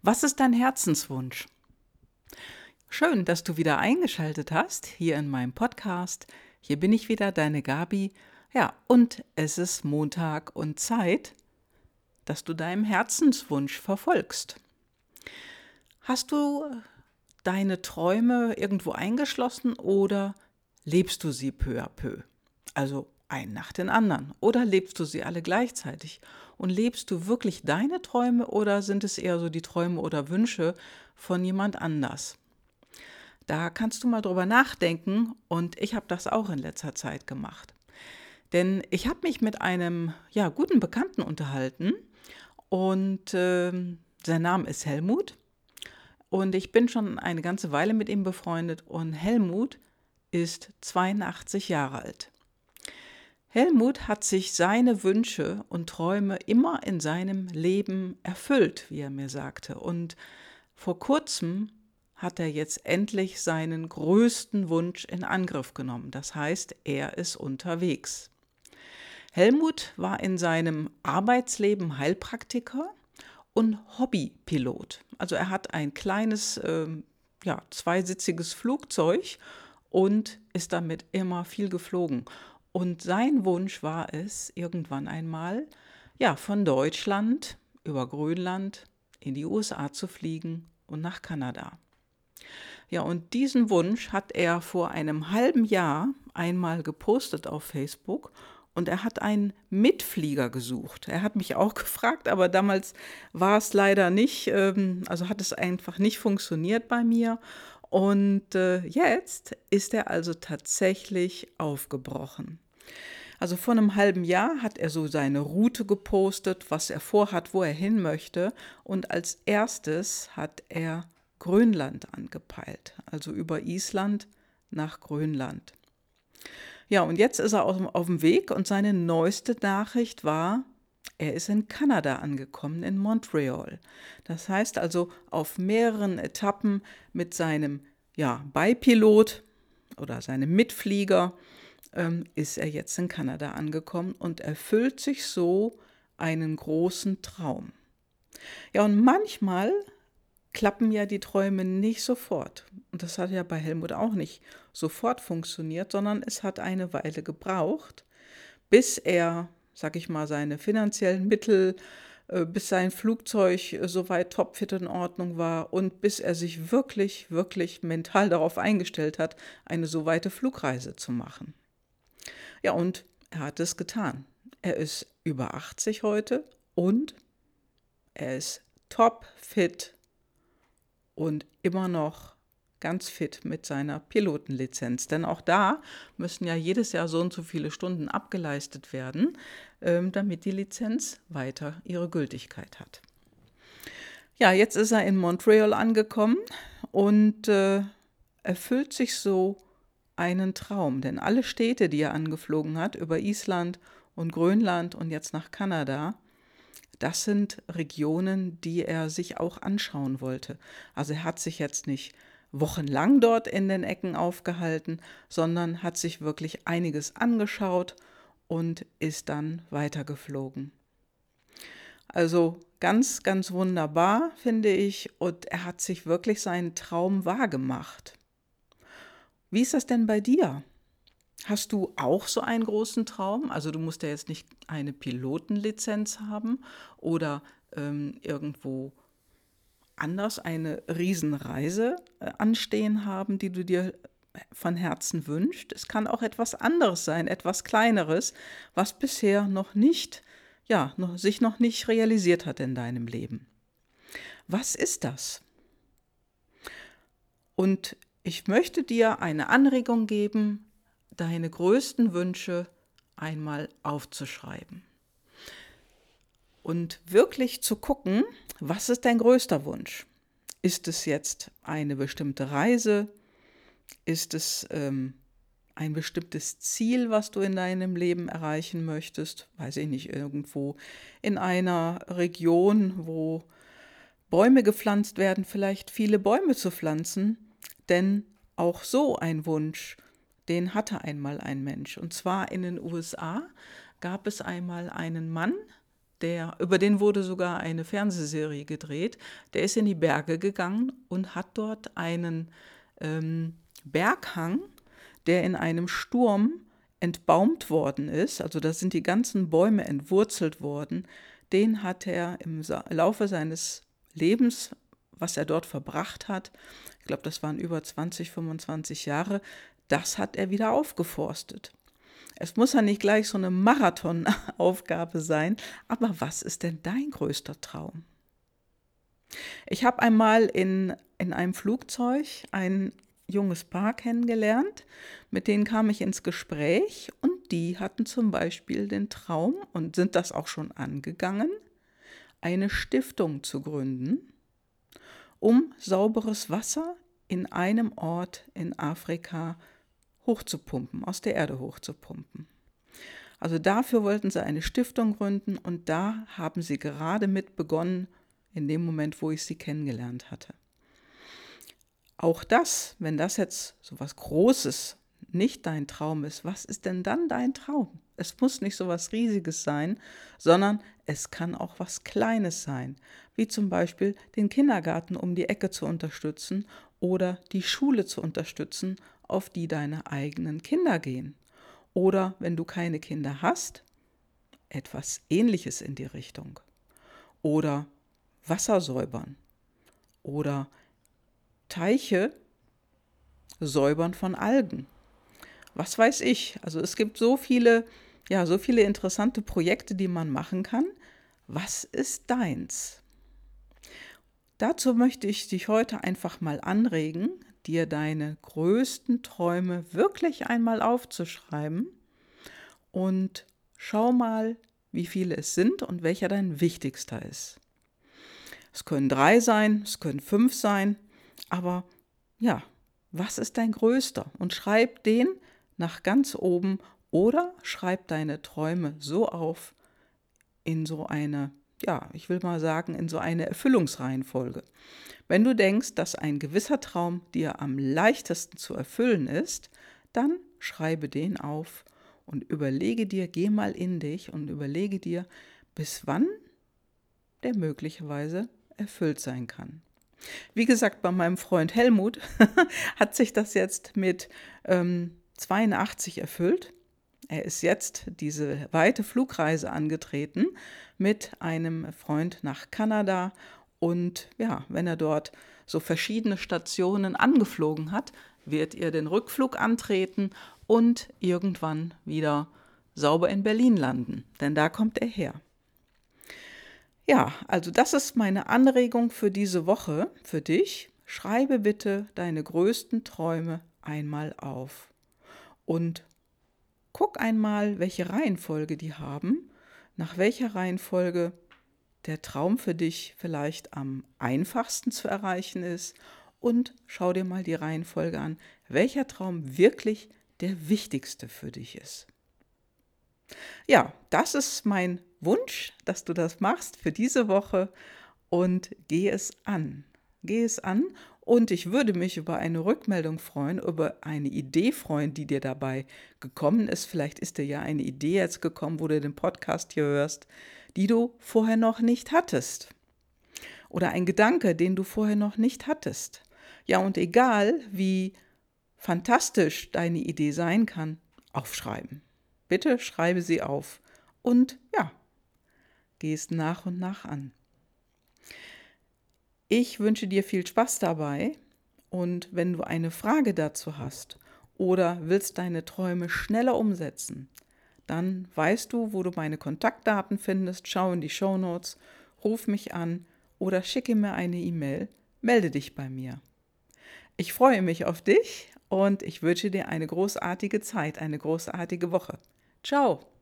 Was ist dein Herzenswunsch? Schön, dass du wieder eingeschaltet hast hier in meinem Podcast. Hier bin ich wieder, deine Gabi. Ja, und es ist Montag und Zeit, dass du deinem Herzenswunsch verfolgst. Hast du deine Träume irgendwo eingeschlossen oder lebst du sie peu à peu? Also ein nach den anderen. Oder lebst du sie alle gleichzeitig? Und lebst du wirklich deine Träume oder sind es eher so die Träume oder Wünsche von jemand anders? Da kannst du mal drüber nachdenken und ich habe das auch in letzter Zeit gemacht. Denn ich habe mich mit einem guten Bekannten unterhalten und sein Name ist Helmut und ich bin schon eine ganze Weile mit ihm befreundet und Helmut ist 82 Jahre alt. Helmut hat sich seine Wünsche und Träume immer in seinem Leben erfüllt, wie er mir sagte. Und vor kurzem hat er jetzt endlich seinen größten Wunsch in Angriff genommen. Das heißt, er ist unterwegs. Helmut war in seinem Arbeitsleben Heilpraktiker und Hobbypilot. Also er hat ein kleines, zweisitziges Flugzeug und ist damit immer viel geflogen. Und sein Wunsch war es, irgendwann einmal, von Deutschland über Grönland in die USA zu fliegen und nach Kanada. Ja, und diesen Wunsch hat er vor einem halben Jahr einmal gepostet auf Facebook und er hat einen Mitflieger gesucht. Er hat mich auch gefragt, aber damals war es leider nicht, also hat es einfach nicht funktioniert bei mir. Und jetzt ist er also tatsächlich aufgebrochen. Also vor einem halben Jahr hat er so seine Route gepostet, was er vorhat, wo er hin möchte. Und als erstes hat er Grönland angepeilt, also über Island nach Grönland. Ja, und jetzt ist er auf dem Weg und seine neueste Nachricht war, er ist in Kanada angekommen, in Montreal. Das heißt also auf mehreren Etappen mit seinem Beipilot oder seinem Mitflieger ist er jetzt in Kanada angekommen und erfüllt sich so einen großen Traum. Ja, und manchmal klappen ja die Träume nicht sofort. Und das hat ja bei Helmut auch nicht sofort funktioniert, sondern es hat eine Weile gebraucht, bis er, sag ich mal, seine finanziellen Mittel, bis sein Flugzeug soweit topfit in Ordnung war und bis er sich wirklich, wirklich mental darauf eingestellt hat, eine so weite Flugreise zu machen. Ja, und er hat es getan. Er ist über 80 heute und er ist topfit und immer noch ganz fit mit seiner Pilotenlizenz. Denn auch da müssen ja jedes Jahr so und so viele Stunden abgeleistet werden, damit die Lizenz weiter ihre Gültigkeit hat. Ja, jetzt ist er in Montreal angekommen und erfüllt sich so einen Traum. Denn alle Städte, die er angeflogen hat, über Island und Grönland und jetzt nach Kanada, das sind Regionen, die er sich auch anschauen wollte. Also er hat sich jetzt nicht wochenlang dort in den Ecken aufgehalten, sondern hat sich wirklich einiges angeschaut und ist dann weitergeflogen. Also ganz, ganz wunderbar, finde ich, und er hat sich wirklich seinen Traum wahrgemacht. Wie ist das denn bei dir? Hast du auch so einen großen Traum? Also du musst ja jetzt nicht eine Pilotenlizenz haben oder irgendwo anders eine Riesenreise anstehen haben, die du dir von Herzen wünschst. Es kann auch etwas anderes sein, etwas Kleineres, was bisher noch nicht, sich noch nicht realisiert hat in deinem Leben. Was ist das? Und ich möchte dir eine Anregung geben, deine größten Wünsche einmal aufzuschreiben und wirklich zu gucken, was ist dein größter Wunsch? Ist es jetzt eine bestimmte Reise? Ist es ein bestimmtes Ziel, was du in deinem Leben erreichen möchtest? Weiß ich nicht, irgendwo in einer Region, wo Bäume gepflanzt werden, vielleicht viele Bäume zu pflanzen, denn auch so ein Wunsch, den hatte einmal ein Mensch. Und zwar in den USA gab es einmal einen Mann, über den wurde sogar eine Fernsehserie gedreht. Der ist in die Berge gegangen und hat dort einen Berghang, der in einem Sturm entbaumt worden ist. Also da sind die ganzen Bäume entwurzelt worden. Den hat er im Laufe seines Lebens, was er dort verbracht hat, ich glaube, das waren über 20, 25 Jahre, das hat er wieder aufgeforstet. Es muss ja nicht gleich so eine Marathonaufgabe sein, aber was ist denn dein größter Traum? Ich habe einmal in einem Flugzeug ein junges Paar kennengelernt, mit denen kam ich ins Gespräch und die hatten zum Beispiel den Traum und sind das auch schon angegangen, eine Stiftung zu gründen, um sauberes Wasser in einem Ort in Afrika hochzupumpen, aus der Erde hochzupumpen. Also dafür wollten sie eine Stiftung gründen und da haben sie gerade mit begonnen, in dem Moment, wo ich sie kennengelernt hatte. Auch das, wenn das jetzt so was Großes nicht dein Traum ist, was ist denn dann dein Traum? Es muss nicht so was Riesiges sein, sondern es kann auch was Kleines sein, wie zum Beispiel den Kindergarten um die Ecke zu unterstützen oder die Schule zu unterstützen, auf die deine eigenen Kinder gehen. Oder wenn du keine Kinder hast, etwas Ähnliches in die Richtung. Oder Wasser säubern. Oder Teiche säubern von Algen. Was weiß ich? Also es gibt so viele interessante Projekte, die man machen kann. Was ist deins? Dazu möchte ich dich heute einfach mal anregen, dir deine größten Träume wirklich einmal aufzuschreiben und schau mal, wie viele es sind und welcher dein wichtigster ist. Es können 3 sein, es können 5 sein, aber ja, was ist dein größter? Und schreib den nach ganz oben oder schreib deine Träume so auf in so eine, ich will mal sagen, in so eine Erfüllungsreihenfolge. Wenn du denkst, dass ein gewisser Traum dir am leichtesten zu erfüllen ist, dann schreibe den auf und geh mal in dich und überlege dir, bis wann der möglicherweise erfüllt sein kann. Wie gesagt, bei meinem Freund Helmut hat sich das jetzt mit 82 erfüllt. Er ist jetzt diese weite Flugreise angetreten mit einem Freund nach Kanada. Und ja, wenn er dort so verschiedene Stationen angeflogen hat, wird er den Rückflug antreten und irgendwann wieder sauber in Berlin landen. Denn da kommt er her. Ja, also das ist meine Anregung für diese Woche für dich. Schreibe bitte deine größten Träume einmal auf und guck einmal, welche Reihenfolge die haben, nach welcher Reihenfolge der Traum für dich vielleicht am einfachsten zu erreichen ist und schau dir mal die Reihenfolge an, welcher Traum wirklich der wichtigste für dich ist. Ja, das ist mein Wunsch, dass du das machst für diese Woche und geh es an. Geh es an und ich würde mich über eine Rückmeldung freuen, über eine Idee freuen, die dir dabei gekommen ist. Vielleicht ist dir ja eine Idee jetzt gekommen, wo du den Podcast hier hörst, die du vorher noch nicht hattest. Oder ein Gedanke, den du vorher noch nicht hattest. Ja, und egal, wie fantastisch deine Idee sein kann, aufschreiben. Bitte schreibe sie auf und ja, geh es nach und nach an. Ich wünsche dir viel Spaß dabei und wenn du eine Frage dazu hast oder willst deine Träume schneller umsetzen, dann weißt du, wo du meine Kontaktdaten findest. Schau in die Shownotes, ruf mich an oder schicke mir eine E-Mail, melde dich bei mir. Ich freue mich auf dich und ich wünsche dir eine großartige Zeit, eine großartige Woche. Ciao!